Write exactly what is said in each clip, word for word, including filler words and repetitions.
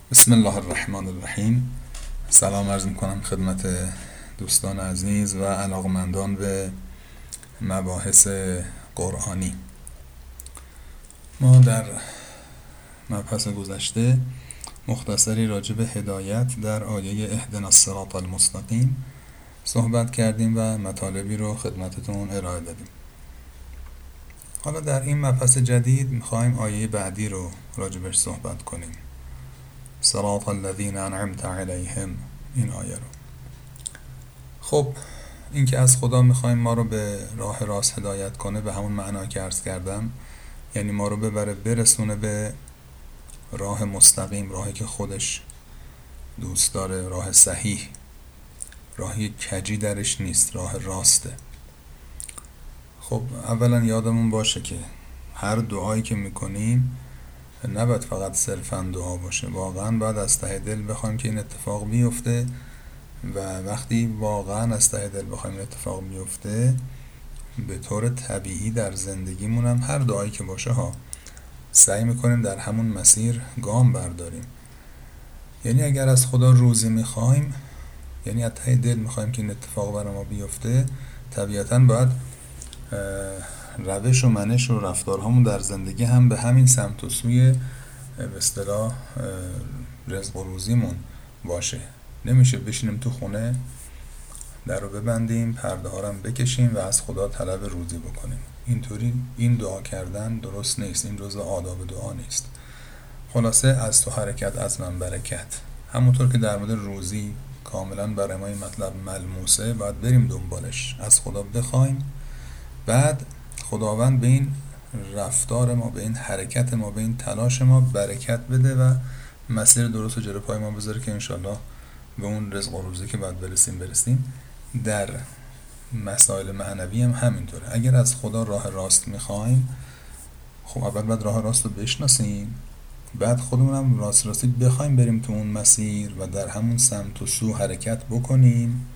بسم الله الرحمن الرحیم. سلام عرض میکنم خدمت دوستان عزیز و علاقمندان به مباحث قرآنی. ما در مبحث گذشته مختصری راجع به هدایت در آیه اهدنا الصراط المستقیم صحبت کردیم و مطالبی رو خدمتتون ارائه دادیم. حالا در این مبحث جدید میخوایم آیه بعدی رو راجبش صحبت کنیم. صراط الذین انعمت علیهم، این آیه رو. خب این که از خدا میخوایم ما رو به راه راست هدایت کنه به همون معنا که عرض کردم، یعنی ما رو ببره برسونه به راه مستقیم، راهی که خودش دوست داره، راه صحیح، راهی کجی درش نیست، راه راسته. خب اولا یادمون باشه که هر دعایی که میکنیم نباید فقط صرفاً دعا باشه، واقعاً باید از ته دل بخوایم که این اتفاق بیفته و وقتی واقعاً از ته دل بخوایم این اتفاق بیفته به طور طبیعی در زندگیمون هم هر دعایی که باشه ها سعی میکنیم در همون مسیر گام برداریم. یعنی اگر از خدا روزی میخوایم، یعنی از ته دل میخوایم که این اتفاق برای ما بیفته، طبیعتاً باید روش و منش و رفتارهامون در زندگی هم به همین سمت و سوی به اصطلاح رزق و روزیمون باشه. نمیشه بشینیم تو خونه در رو ببندیم، پرده ها رو بکشیم و از خدا طلب روزی بکنیم. اینطوری این دعا کردن درست نیست، این جزء آداب دعا نیست. خلاصه از تو حرکت از من برکت. همونطور که در مورد روزی کاملا برای ما این مطلب ملموسه، باید بریم دنبالش، از خدا بخوایم، بعد خداوند به این رفتار ما، به این حرکت ما، به این تلاش ما برکت بده و مسیر درست و جلو پای ما بذاره که انشالله به اون رزق و روزی که باید برسیم برسیم. در مسائل معنوی هم همینطوره. اگر از خدا راه راست میخوایم، خب اول باید راه راست رو بشناسیم، بعد خودمون هم راست راستی بخوایم بریم تو اون مسیر و در همون سمت و سو حرکت بکنیم.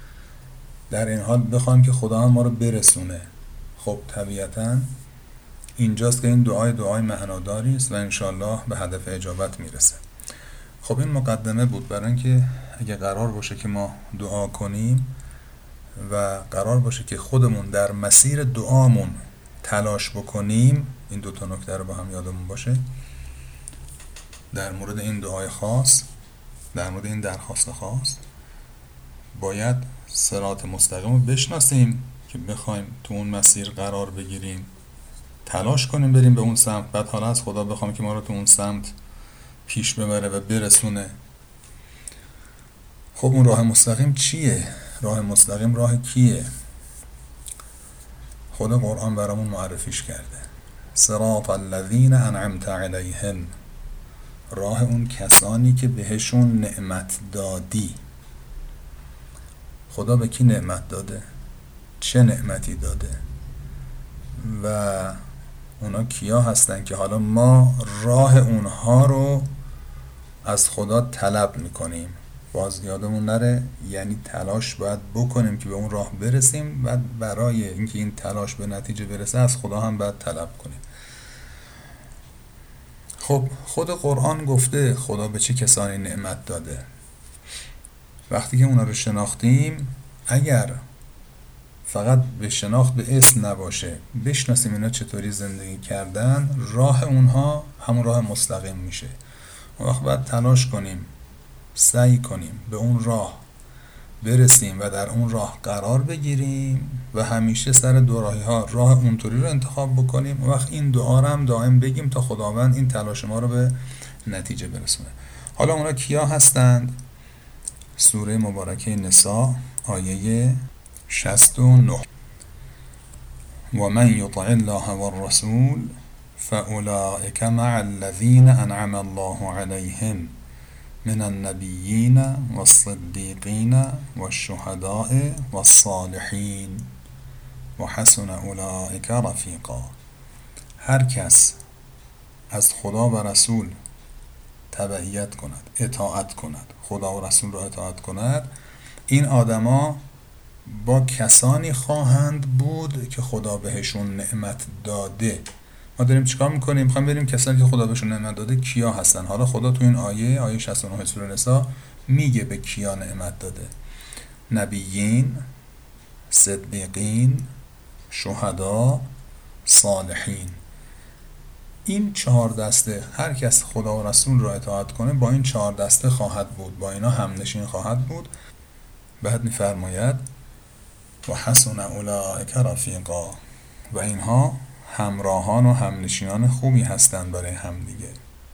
در این حال بخوایم که خدا هم ما رو برسونه. خب طبیعتاً اینجاست که این دعای دعای معناداری است و انشالله به هدف اجابت میرسه. خب این مقدمه بود برای اینکه اگه قرار باشه که ما دعا کنیم و قرار باشه که خودمون در مسیر دعامون تلاش بکنیم، این دو تا نکته رو با هم یادمون باشه. در مورد این دعای خاص، در مورد این درخواست خاص، باید صراط مستقیم رو بشناسیم که بخوایم تو اون مسیر قرار بگیریم، تلاش کنیم بریم به اون سمت، بعد حالا از خدا بخوام که ما رو تو اون سمت پیش ببره و برسونه. خب اون راه مستقیم چیه؟ راه مستقیم راه کیه؟ خدا قرآن برامون معرفیش کرده. صراط الذین انعمت علیهم، راه اون کسانی که بهشون نعمت دادی. خدا به کی نعمت داده؟ چه نعمتی داده؟ و اونا کیا هستن که حالا ما راه اونها رو از خدا طلب میکنیم؟ باز یادمون نره، یعنی تلاش باید بکنیم که به اون راه برسیم و برای اینکه این تلاش به نتیجه برسه از خدا هم باید طلب کنیم. خب خود قرآن گفته خدا به چه کسانی نعمت داده. وقتی که اونا رو شناختیم، اگر فقط به شناخت به اسم نباشه، بشناسیم اینا چطوری زندگی کردن، راه اونها همون راه مستقیم میشه. اون وقت باید تلاش کنیم، سعی کنیم به اون راه برسیم و در اون راه قرار بگیریم و همیشه سر دو راهی ها راه اونطوری رو انتخاب بکنیم. اون وقت این دعا رو هم دائم بگیم تا خداوند این تلاش ما رو به نتیجه برسونه. حالا اونا کیا هستند؟ سوره مبارکه نساء آیه شصت و نه: و من یطع الله والرسول فاولئک مع الذین انعم الله علیهم من النبیین والصدیقین والشهداء والصالحین و حسن اولئک رفیقا. هر کس از خدا و رسول تبعیت کند، اطاعت کند، خدا و رسول را اطاعت کند، این آدما با کسانی خواهند بود که خدا بهشون نعمت داده. ما داریم چیکار میکنیم؟ میخوایم بریم کسانی که خدا بهشون نعمت داده کیا هستن. حالا خدا تو این آیه آیه شصت و نه سوره نساء میگه به کیا نعمت داده: نبیین، صدیقین، شهدا، صالحین. این چهار دسته هر کس خدا و رسول را اطاعت کنه با این چهار دسته خواهد بود، با اینا همنشین خواهد بود. بعد میفرماید و حسن اولئک رفیقا، و اینها همراهان و همنشینان خوبی هستند برای همدیگه.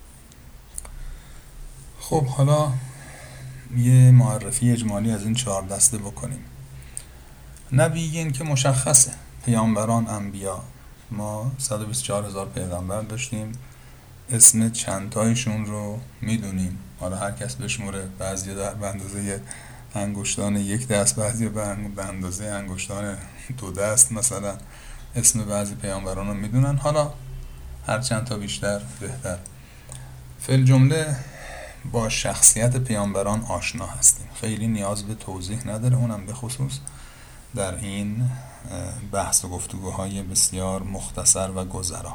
خب حالا یه معرفی اجمالی از این چهار دسته بکنیم. نبیین که مشخصه، پیامبران، انبیا. ما صد و بیست و چهار هزار پیغمبر داشتیم، اسم چندتایشون رو میدونیم. حالا هر کس بشموره، بعضی در به اندازه انگشتان یک دست، بعضی به اندازه انگشتان دو دست مثلا اسم بعضی پیامبران رو میدونن. حالا هر چند تا بیشتر بهتر. فی الجمله با شخصیت پیامبران آشنا هستیم، خیلی نیاز به توضیح نداره، اونم به خصوص در این بحث و گفتگوهای بسیار مختصر و گذرا.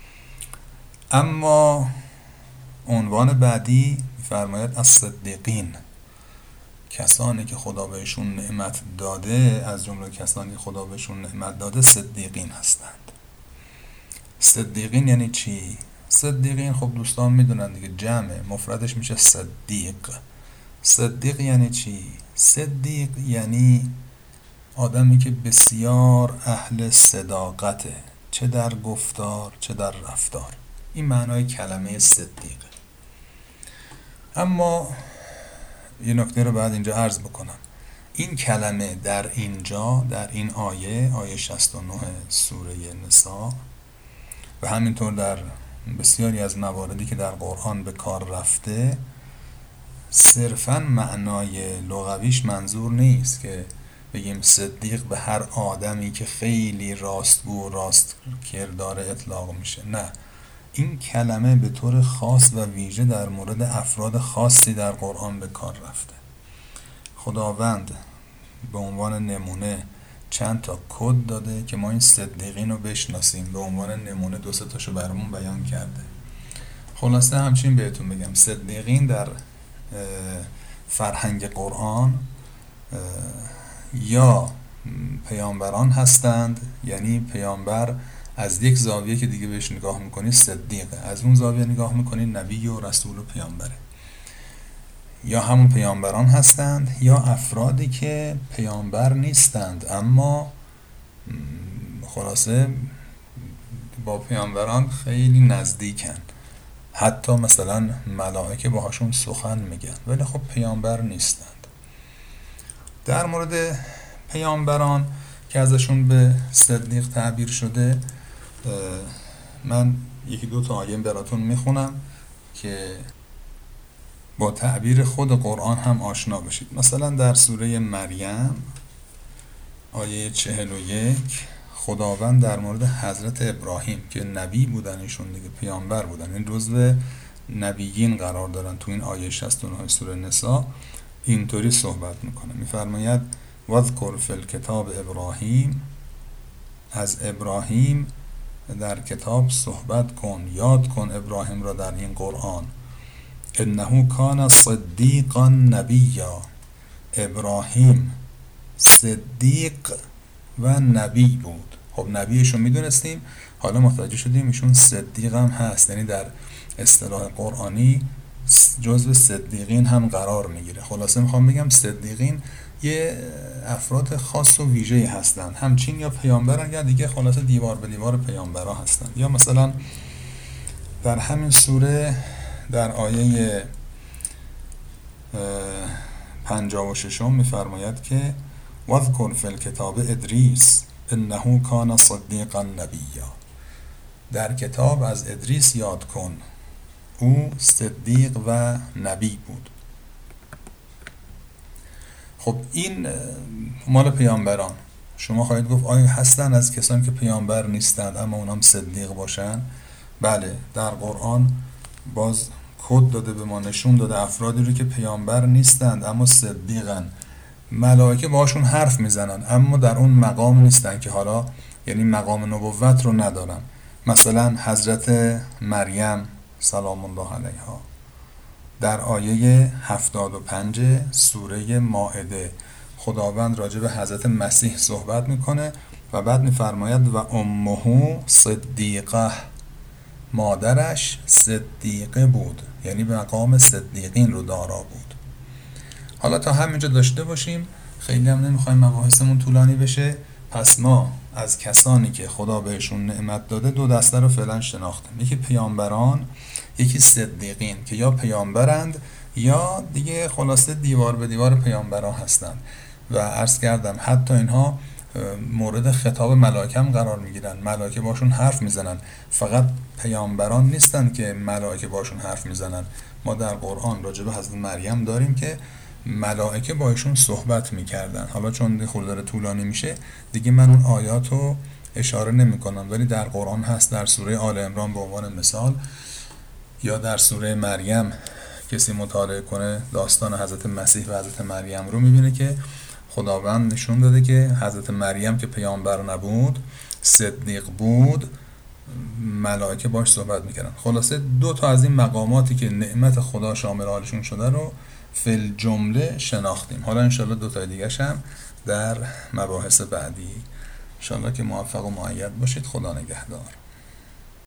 اما عنوان بعدی می‌فرماید الصدیقین، کسانی که خدا بهشون نعمت داده، از جمله کسانی که خدا بهشون نعمت داده صدیقین هستند. صدیقین یعنی چی؟ صدیقین خب دوستان میدونن دیگه، جمع مفردش میشه صدیق. صدیق یعنی چی؟ صدیق یعنی آدمی که بسیار اهل صداقته، چه در گفتار چه در رفتار. این معنای کلمه صدیقه. اما یه نکته رو بعد اینجا عرض بکنم. این کلمه در اینجا، در این آیه آیه شصت و نه سوره نساء و همینطور در بسیاری از مواردی که در قرآن به کار رفته، صرفاً معنای لغویش منظور نیست که بگیم صدیق به هر آدمی که خیلی راستگو و راست کردار اطلاق میشه. نه، این کلمه به طور خاص و ویژه در مورد افراد خاصی در قرآن به کار رفته. خداوند به عنوان نمونه چند تا کد داده که ما این صدیقین رو بشناسیم، به عنوان نمونه دو سه تاشو برامون بیان کرده. خلاصه همچین بهتون بگم، صدیقین در فرهنگ قرآن یا پیامبران هستند، یعنی پیامبر از یک زاویه که دیگه بهش نگاه میکنی صدیقه، از اون زاویه نگاه میکنی نبی و رسول و پیامبره. یا همون پیامبران هستند یا افرادی که پیامبر نیستند اما خلاصه با پیامبران خیلی نزدیکن، حتی مثلا ملائکه باهاشون سخن میگن ولی خب پیامبر نیستند. در مورد پیامبران که ازشون به صدیق تعبیر شده، من یکی دو تا آیه براتون میخونم که با تعبیر خود قرآن هم آشنا بشید. مثلا در سوره مریم آیه چهل و یک خداوند در مورد حضرت ابراهیم که نبی بودن، ایشون دیگه پیامبر بودن، این جزو نبیین قرار دارن، تو این آیه شصت و نه سوره نساء اینطوری صحبت میکنه. میفرماید واذکر فی الکتاب ابراهیم، از ابراهیم در کتاب صحبت کن، یاد کن ابراهیم را در این قرآن. انه کان صدیقا نبیا، ابراهیم صدیق و نبی بود. خب نبیشو میدونستیم، حالا متوجه شدیم ایشون صدیق هم هست، یعنی در اصطلاح قرآنی جزو صدیقین هم قرار میگیره. خلاصه میخوام بگم صدیقین یه افراد خاص و ویژه‌ای هستن، همچین یا پیامبرن یا دیگه خلاصه دیوار به دیوار پیامبرا هستن. یا مثلا در همین سوره در آیه پنجاه و ششم میفرماید که واذکر فی الکتاب ادریس انه کان صدیقا نبیا، در کتاب از ادریس یاد کن، او صدیق و نبی بود. خب این مال پیامبران. شما خواهید گفت آیا هستن از کسانی که پیامبر نیستند اما اونام صدیق باشن؟ بله، در قرآن باز کد داده به ما، نشون داده افرادی رو که پیامبر نیستند اما صدیقن. ملائکه باشون حرف میزنن اما در اون مقام نیستن که حالا یعنی مقام نبوت رو ندارن. مثلا حضرت مریم سلام الله علیها در آیه هفتاد و پنج سوره مائده خداوند راجع به حضرت مسیح صحبت میکنه و بعد میفرماید و امه صدیقه، مادرش صدیقه بود، یعنی به مقام صدیقین رو دارا بود. حالا تا همینجا داشته باشیم، خیلی هم نمیخوایم مباحثمون طولانی بشه. پس ما از کسانی که خدا بهشون نعمت داده دو دسته رو فعلا شناختیم، یکی پیامبران، یکی صدیقین که یا پیامبرند یا دیگه خلاصه دیوار به دیوار پیامبران هستند و عرض کردم حتی اینها مورد خطاب ملائکه هم قرار میگیرن، ملائکه باشون حرف میزنن. فقط پیامبران نیستن که ملائکه باشون حرف میزنن. ما در قرآن راجع به حضرت مریم داریم که ملائکه با ایشون صحبت میکردن. حالا چون خود داره طولانی میشه دیگه من اون آیات رو اشاره نمی کنم، ولی در قرآن هست. در سوره آل عمران به عنوان مثال یا در سوره مریم کسی مطالعه کنه داستان حضرت مسیح و حضرت مریم رو میبینه که خداوند نشون داده که حضرت مریم که پیامبر نبود، صدیق بود، ملائکه باش صحبت میکردن. خلاصه دو تا از این مقاماتی که نعمت خدا شامل حالشون شده رو فل جمله شناختیم. حالا انشالله دو تا دیگه هم در مباحث بعدی انشالله که موفق و مؤید باشید. خدا نگهدار.